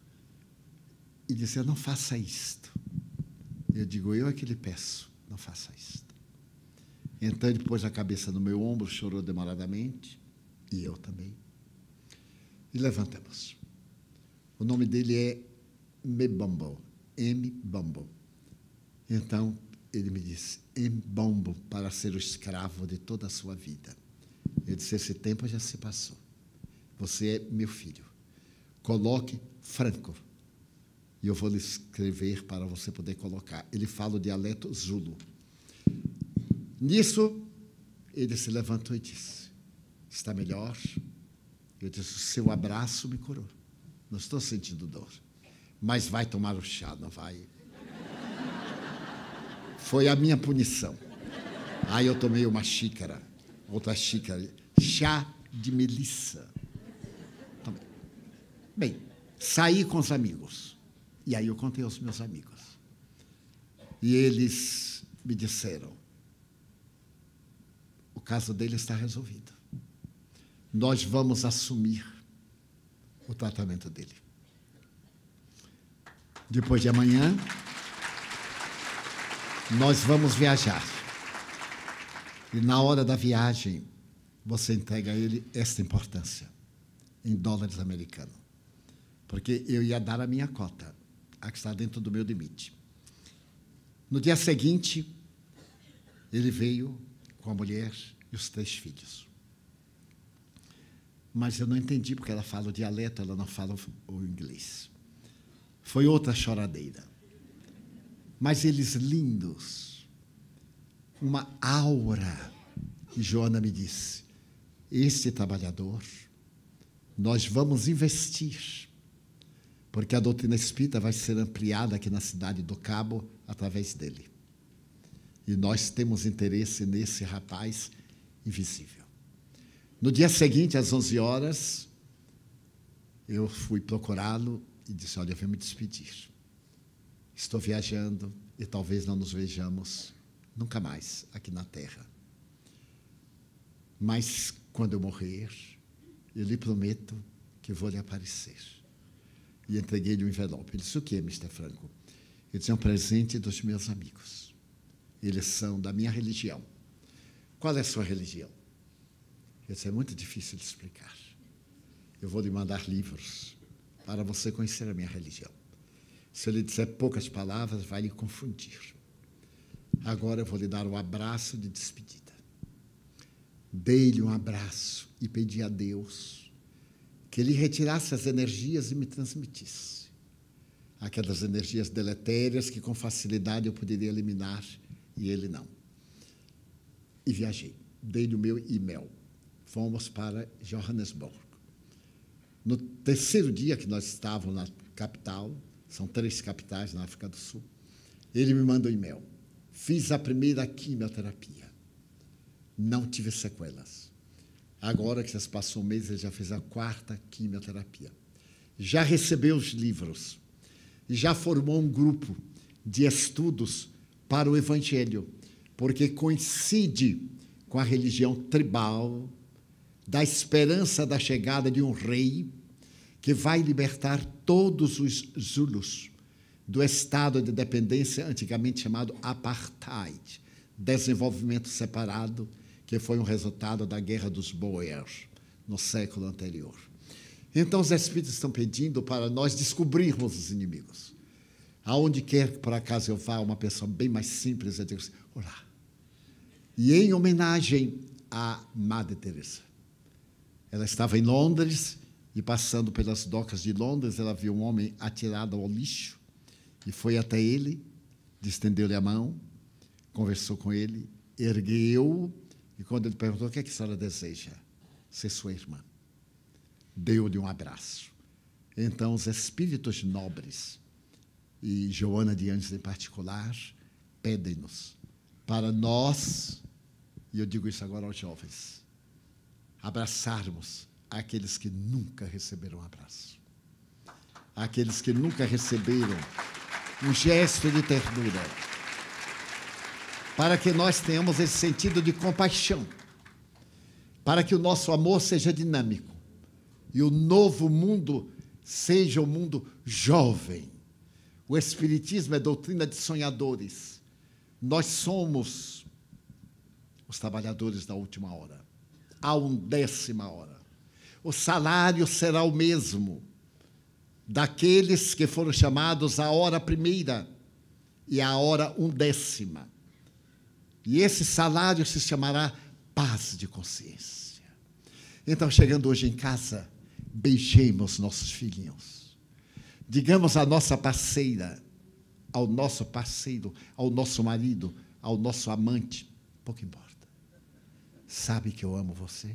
E dizia, não faça isto. Eu digo, eu é que lhe peço, não faça isto. Então ele pôs a cabeça no meu ombro, chorou demoradamente, e eu também. E levantamos. O nome dele é Mbombo, M-Bombo. Então ele me disse, Mbombo, para ser o escravo de toda a sua vida. Eu disse, esse tempo já se passou. Você é meu filho. Coloque Franco. E eu vou lhe escrever para você poder colocar. Ele fala o dialeto Zulu. Nisso, ele se levantou e disse, está melhor? Eu disse, o seu abraço me curou. Não estou sentindo dor. Mas vai tomar o chá, não vai? Foi a minha punição. Aí eu tomei uma xícara, outra xícara, chá de melissa. Tomei. Bem, saí com os amigos. E aí eu contei aos meus amigos. E eles me disseram, o caso dele está resolvido. Nós vamos assumir o tratamento dele. Depois de amanhã, nós vamos viajar. E na hora da viagem, você entrega a ele esta importância, em dólares americanos. Porque eu ia dar a minha cota, a que está dentro do meu limite. No dia seguinte, ele veio com a mulher e os três filhos. Mas eu não entendi, porque ela fala o dialeto, ela não fala o inglês. Foi outra choradeira. Mas eles lindos, uma aura. E Joana me disse, este trabalhador, nós vamos investir, porque a doutrina espírita vai ser ampliada aqui na cidade do Cabo através dele. E nós temos interesse nesse rapaz invisível. No dia seguinte, às onze horas, eu fui procurá-lo e disse, olha, eu venho me despedir. Estou viajando e talvez não nos vejamos nunca mais aqui na Terra. Mas, quando eu morrer, eu lhe prometo que vou lhe aparecer. E entreguei-lhe um envelope. Ele disse, o que, mister Franco? Eu disse, é um presente dos meus amigos. Eles são da minha religião. Qual é a sua religião? Eu disse, é muito difícil de explicar. Eu vou lhe mandar livros para você conhecer a minha religião. Se eu lhe disser poucas palavras, vai lhe confundir. Agora eu vou lhe dar um abraço de despedida. Dei-lhe um abraço e pedi a Deus que ele retirasse as energias e me transmitisse. aquelas energias deletérias que com facilidade eu poderia eliminar e ele não. E viajei. Dei-lhe o meu e-mail. Fomos para Johannesburgo. No terceiro dia que nós estávamos na capital, são três capitais na África do Sul, ele me mandou um e-mail. Fiz a primeira quimioterapia. Não tive sequelas. Agora que já se passou um mês, ele já fez a quarta quimioterapia. Já recebeu os livros. Já formou um grupo de estudos para o Evangelho, porque coincide com a religião tribal da esperança da chegada de um rei que vai libertar todos os Zulus do estado de dependência antigamente chamado apartheid, desenvolvimento separado, que foi um resultado da Guerra dos Boers, no século anterior. Então, os Espíritos estão pedindo para nós descobrirmos os inimigos. Aonde quer que, por acaso, eu vá, uma pessoa bem mais simples, eu digo assim, olá. E em homenagem à Madre Teresa. Ela estava em Londres e, passando pelas docas de Londres, ela viu um homem atirado ao lixo e foi até ele, estendeu-lhe a mão, conversou com ele, ergueu e, quando ele perguntou, o que é que a senhora deseja? Ser sua irmã. Deu-lhe um abraço. Então, os espíritos nobres, e Joana de Anjos em particular, pedem-nos para nós, e eu digo isso agora aos jovens, abraçarmos aqueles que nunca receberam um abraço, aqueles que nunca receberam um gesto de ternura, para que nós tenhamos esse sentido de compaixão, para que o nosso amor seja dinâmico e o novo mundo seja o mundo jovem. O Espiritismo é doutrina de sonhadores. Nós somos os trabalhadores da última hora, a undécima hora. O salário será o mesmo daqueles que foram chamados à hora primeira e à hora undécima. E esse salário se chamará paz de consciência. Então, chegando hoje em casa, beijemos nossos filhinhos. Digamos à nossa parceira, ao nosso parceiro, ao nosso marido, ao nosso amante, pouco importa. Sabe que eu amo você?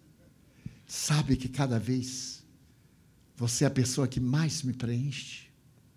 Sabe que cada vez você é a pessoa que mais me preenche?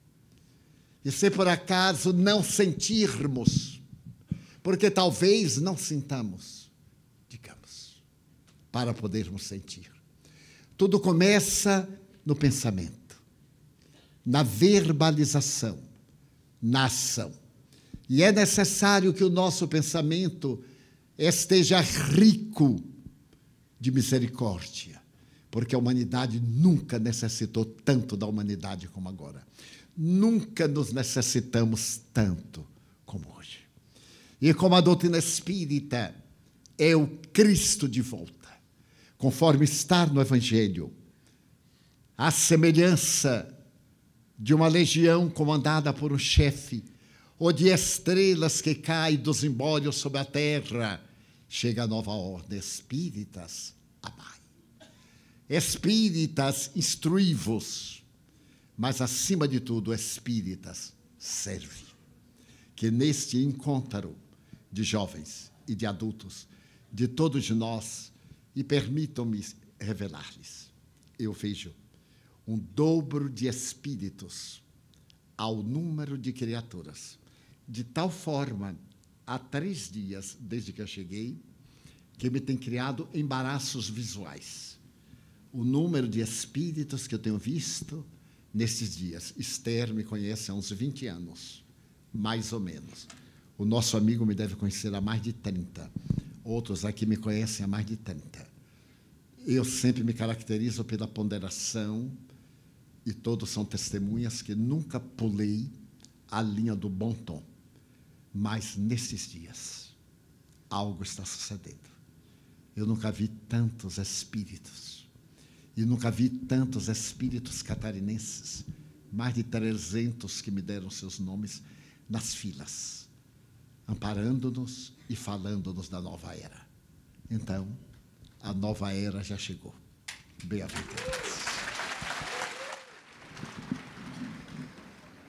E se por acaso não sentirmos, porque talvez não sintamos, digamos, para podermos sentir. Tudo começa no pensamento, na verbalização, na ação. E é necessário que o nosso pensamento esteja rico de misericórdia, porque a humanidade nunca necessitou tanto da humanidade como agora. Nunca nos necessitamos tanto como hoje. E como a doutrina espírita é o Cristo de volta, conforme está no Evangelho, a semelhança de uma legião comandada por um chefe, ou de estrelas que caem dos embólios sobre a terra, chega a nova ordem. Espíritas, amai. Espíritas, instruí-vos. Mas, acima de tudo, espíritas, serve. Que neste encontro de jovens e de adultos, de todos nós, e permitam-me revelar-lhes, eu vejo um dobro de espíritos ao número de criaturas. De tal forma, há três dias, desde que eu cheguei, que me tem criado embaraços visuais. O número de espíritos que eu tenho visto nesses dias. Esther me conhece há uns vinte anos, mais ou menos. O nosso amigo me deve conhecer há mais de trinta. Outros aqui me conhecem há mais de trinta. Eu sempre me caracterizo pela ponderação, e todos são testemunhas que nunca pulei a linha do bom tom. Mas, nesses dias, algo está sucedendo. Eu nunca vi tantos espíritos. E nunca vi tantos espíritos catarinenses, mais de trezentos que me deram seus nomes, nas filas, amparando-nos e falando-nos da nova era. Então, a nova era já chegou. Bem-aventurados.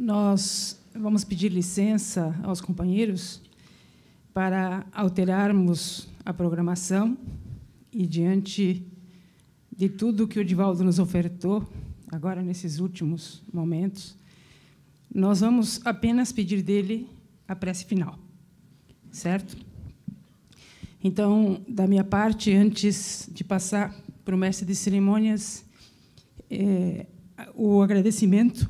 nós vamos pedir licença aos companheiros para alterarmos a programação e, diante de tudo que o Divaldo nos ofertou, agora nesses últimos momentos, nós vamos apenas pedir dele a prece final, certo? Então, da minha parte, antes de passar para o mestre de cerimônias, é, o agradecimento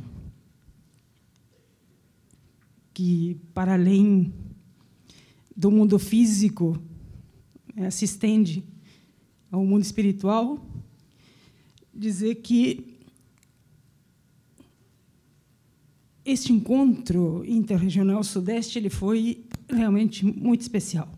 que, para além do mundo físico, é, se estende ao mundo espiritual, dizer que este encontro interregional Sudeste ele foi realmente muito especial.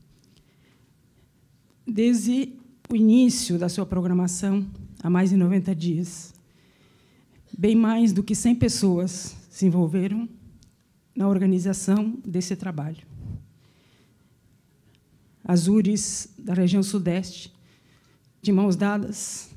Desde o início da sua programação, há mais de noventa dias, bem mais do que cem pessoas se envolveram na organização desse trabalho. As U R Is da região Sudeste, de mãos dadas,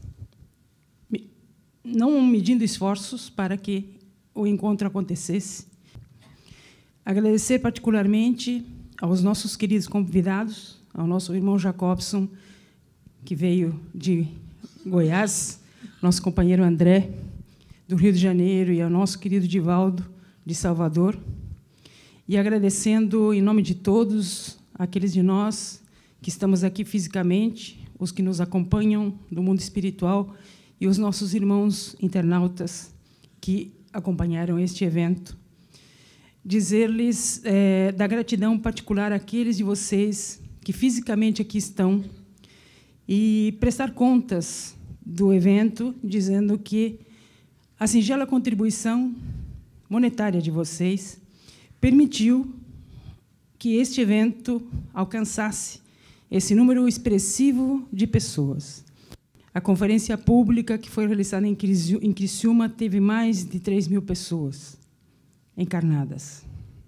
não medindo esforços para que o encontro acontecesse. Agradecer particularmente aos nossos queridos convidados, ao nosso irmão Jacobson, que veio de Goiás, nosso companheiro André, do Rio de Janeiro, e ao nosso querido Divaldo, de Salvador. E agradecendo, em nome de todos, aqueles de nós que estamos aqui fisicamente, os que nos acompanham do mundo espiritual e os nossos irmãos internautas que acompanharam este evento. Dizer-lhes é, da gratidão particular àqueles de vocês que fisicamente aqui estão e prestar contas do evento, dizendo que a singela contribuição monetária de vocês permitiu que este evento alcançasse esse número expressivo de pessoas. A conferência pública que foi realizada em Criciúma teve mais de três mil pessoas encarnadas,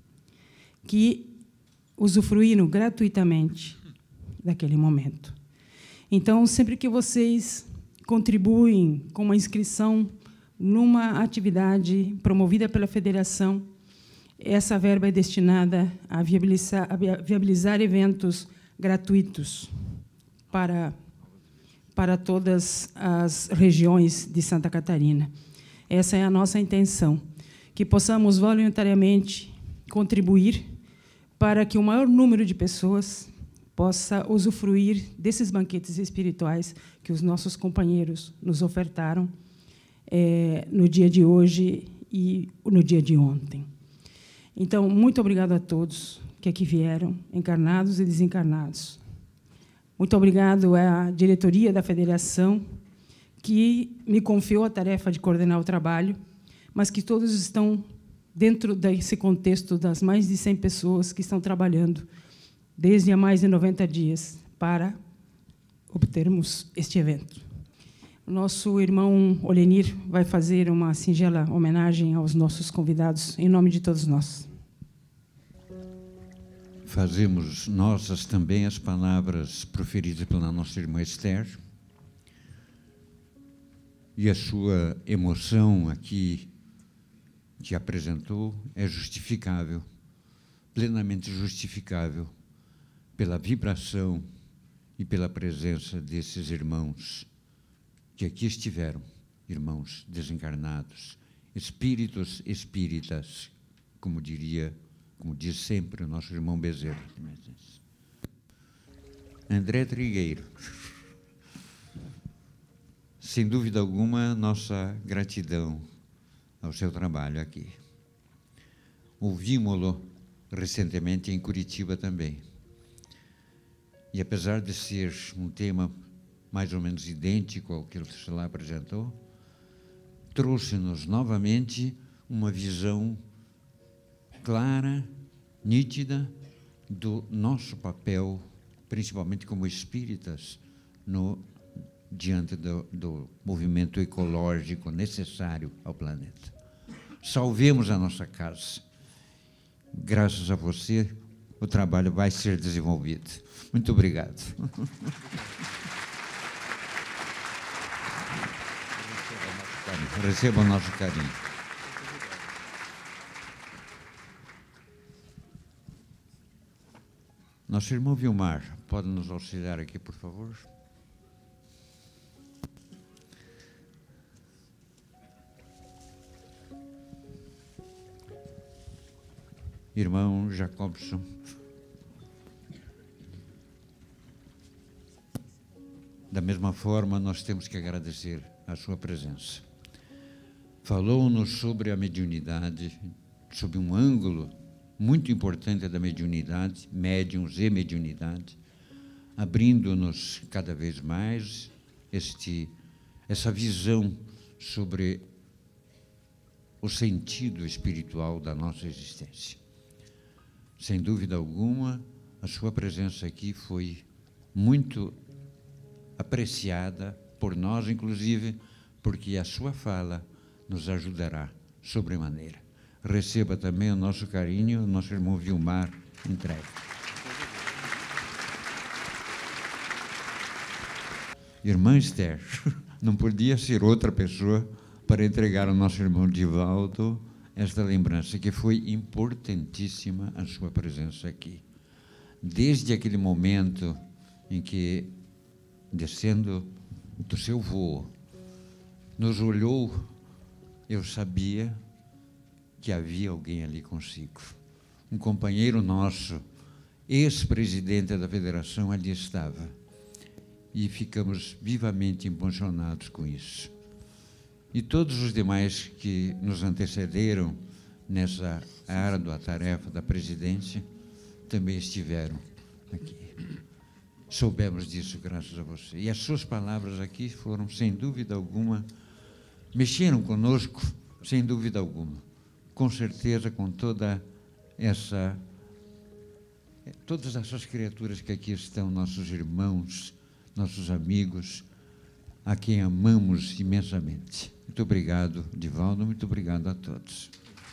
que usufruíram gratuitamente daquele momento. Então, sempre que vocês contribuem com uma inscrição numa atividade promovida pela Federação, essa verba é destinada a viabilizar, a viabilizar eventos gratuitos para, para todas as regiões de Santa Catarina. Essa é a nossa intenção, que possamos voluntariamente contribuir para que o maior número de pessoas possa usufruir desses banquetes espirituais que os nossos companheiros nos ofertaram é, no dia de hoje e no dia de ontem. Então, muito obrigado a todos que aqui vieram, encarnados e desencarnados. Muito obrigado à diretoria da Federação, que me confiou a tarefa de coordenar o trabalho, mas que todos estão dentro desse contexto das mais de cem pessoas que estão trabalhando desde há mais de noventa dias para obtermos este evento. O nosso irmão Olenir vai fazer uma singela homenagem aos nossos convidados, em nome de todos nós. Fazemos nossas também as palavras proferidas pela nossa irmã Esther, e a sua emoção aqui que apresentou é justificável, plenamente justificável, pela vibração e pela presença desses irmãos que aqui estiveram, irmãos desencarnados, espíritos espíritas, como diria, como diz sempre o nosso irmão Bezerra. André Trigueiro. Sem dúvida alguma, nossa gratidão ao seu trabalho aqui. Ouvimos-lo recentemente em Curitiba também. E, apesar de ser um tema mais ou menos idêntico ao que ele lá apresentou, trouxe-nos novamente uma visão clara, nítida, do nosso papel, principalmente como espíritas, no, diante do, do movimento ecológico necessário ao planeta. Salvemos a nossa casa. Graças a você, o trabalho vai ser desenvolvido. Muito obrigado. Receba o nosso carinho. Nosso irmão Vilmar, pode nos auxiliar aqui, por favor? Irmão Jacobson. Da mesma forma, nós temos que agradecer a sua presença. Falou-nos sobre a mediunidade, sob um ângulo muito importante da mediunidade, médiuns e mediunidade, abrindo-nos cada vez mais este, essa visão sobre o sentido espiritual da nossa existência. Sem dúvida alguma, a sua presença aqui foi muito apreciada por nós, inclusive, porque a sua fala nos ajudará sobremaneira. Receba também o nosso carinho, o nosso irmão Vilmar entregue. Irmã Esther, não podia ser outra pessoa para entregar ao nosso irmão Divaldo esta lembrança, que foi importantíssima a sua presença aqui. Desde aquele momento em que, descendo do seu voo, nos olhou, eu sabia que havia alguém ali consigo. Um companheiro nosso, ex-presidente da federação, ali estava. E ficamos vivamente emocionados com isso. E todos os demais que nos antecederam nessa árdua tarefa da presidência também estiveram aqui. Soubemos disso graças a você. E as suas palavras aqui foram, sem dúvida alguma, mexeram conosco, sem dúvida alguma. Com certeza, com toda essa, todas essas criaturas que aqui estão, nossos irmãos, nossos amigos, a quem amamos imensamente. Muito obrigado, Divaldo, muito obrigado a todos.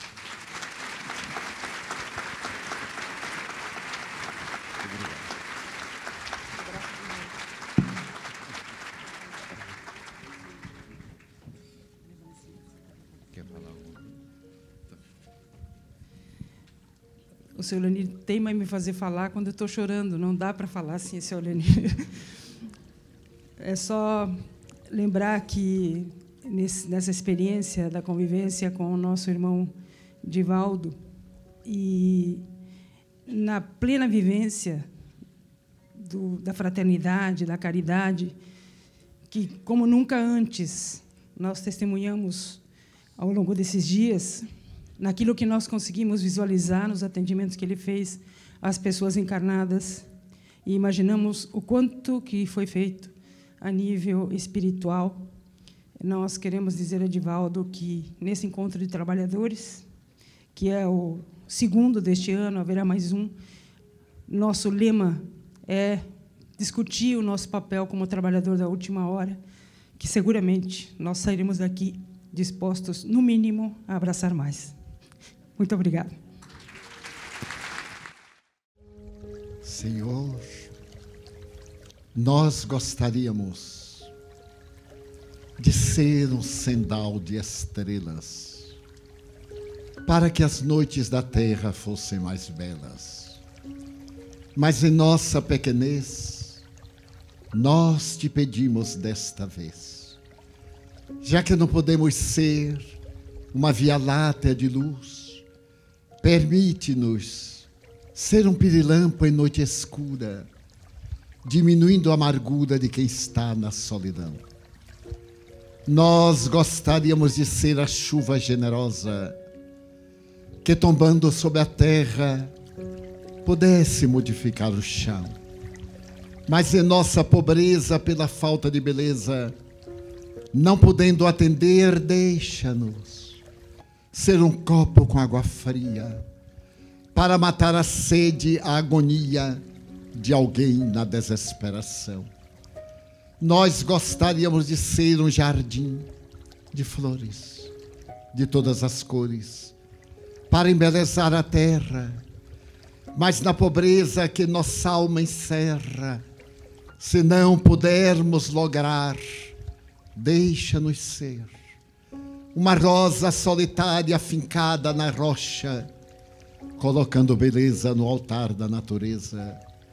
Quer falar alguma coisa? O seu Leonir teima em me fazer falar quando eu estou chorando. Não dá para falar assim, seu Leonir. É só lembrar que, nesse, nessa experiência da convivência com o nosso irmão Divaldo, e na plena vivência do, da fraternidade, da caridade, que, como nunca antes, nós testemunhamos ao longo desses dias, naquilo que nós conseguimos visualizar nos atendimentos que ele fez às pessoas encarnadas, e imaginamos o quanto que foi feito a nível espiritual. Nós queremos dizer a Divaldo que, nesse encontro de trabalhadores, que é o segundo deste ano, haverá mais um, nosso lema é discutir o nosso papel como trabalhador da última hora, que seguramente nós sairemos daqui dispostos, no mínimo, a abraçar mais. Muito obrigada. Senhor, nós gostaríamos de ser um sendal de estrelas para que as noites da terra fossem mais belas. Mas em nossa pequenez, nós te pedimos desta vez, já que não podemos ser uma via-láctea de luz, permite-nos ser um pirilampo em noite escura, diminuindo a amargura de quem está na solidão. Nós gostaríamos de ser a chuva generosa que, tombando sobre a terra, pudesse modificar o chão. Mas em nossa pobreza, pela falta de beleza, não podendo atender, deixa-nos ser um copo com água fria para matar a sede, a agonia de alguém na desesperação. Nós gostaríamos de ser um jardim de flores, de todas as cores, para embelezar a terra, mas na pobreza que nossa alma encerra, se não pudermos lograr, deixa-nos ser uma rosa solitária afincada na rocha, colocando beleza no altar da natureza,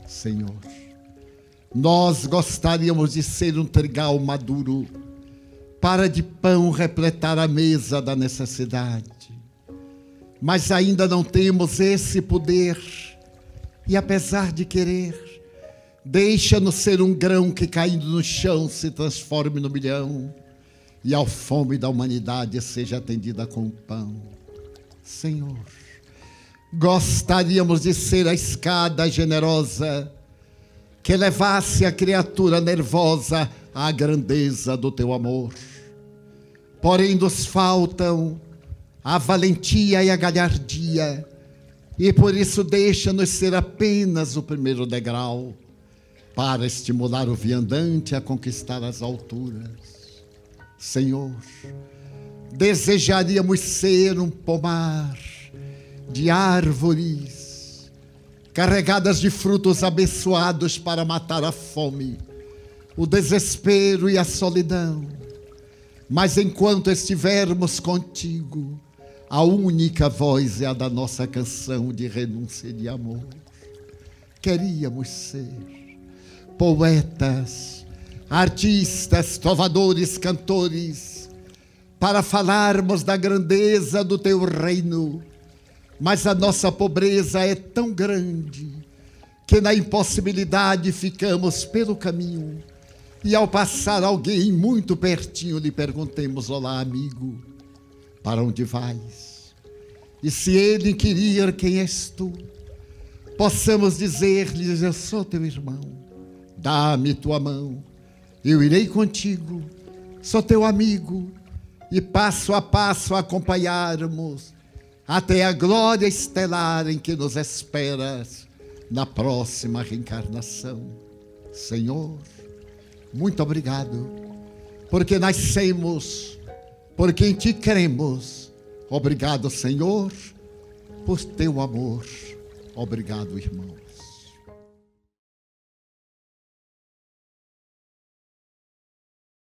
Senhor, nós gostaríamos de ser um trigal maduro para de pão repletar a mesa da necessidade, mas ainda não temos esse poder, e apesar de querer, deixa-nos ser um grão que caindo no chão se transforme no milhão, e a fome da humanidade seja atendida com pão. Senhor, gostaríamos de ser a escada generosa que levasse a criatura nervosa à grandeza do teu amor. Porém, nos faltam a valentia e a galhardia, e por isso deixa-nos ser apenas o primeiro degrau para estimular o viandante a conquistar as alturas. Senhor, desejaríamos ser um pomar de árvores carregadas de frutos abençoados para matar a fome, o desespero e a solidão. Mas enquanto estivermos contigo, a única voz é a da nossa canção de renúncia e de amor. Queríamos ser poetas, artistas, trovadores, cantores, para falarmos da grandeza do teu reino, mas a nossa pobreza é tão grande que na impossibilidade ficamos pelo caminho, e ao passar alguém muito pertinho lhe perguntemos: olá, amigo, para onde vais? E se ele inquirir quem és tu, possamos dizer-lhes: eu sou teu irmão, dá-me tua mão, eu irei contigo, sou teu amigo, e passo a passo acompanharmos até a glória estelar em que nos esperas na próxima reencarnação. Senhor, muito obrigado, porque nascemos, porque em ti cremos. Obrigado, Senhor, por teu amor. Obrigado, irmão.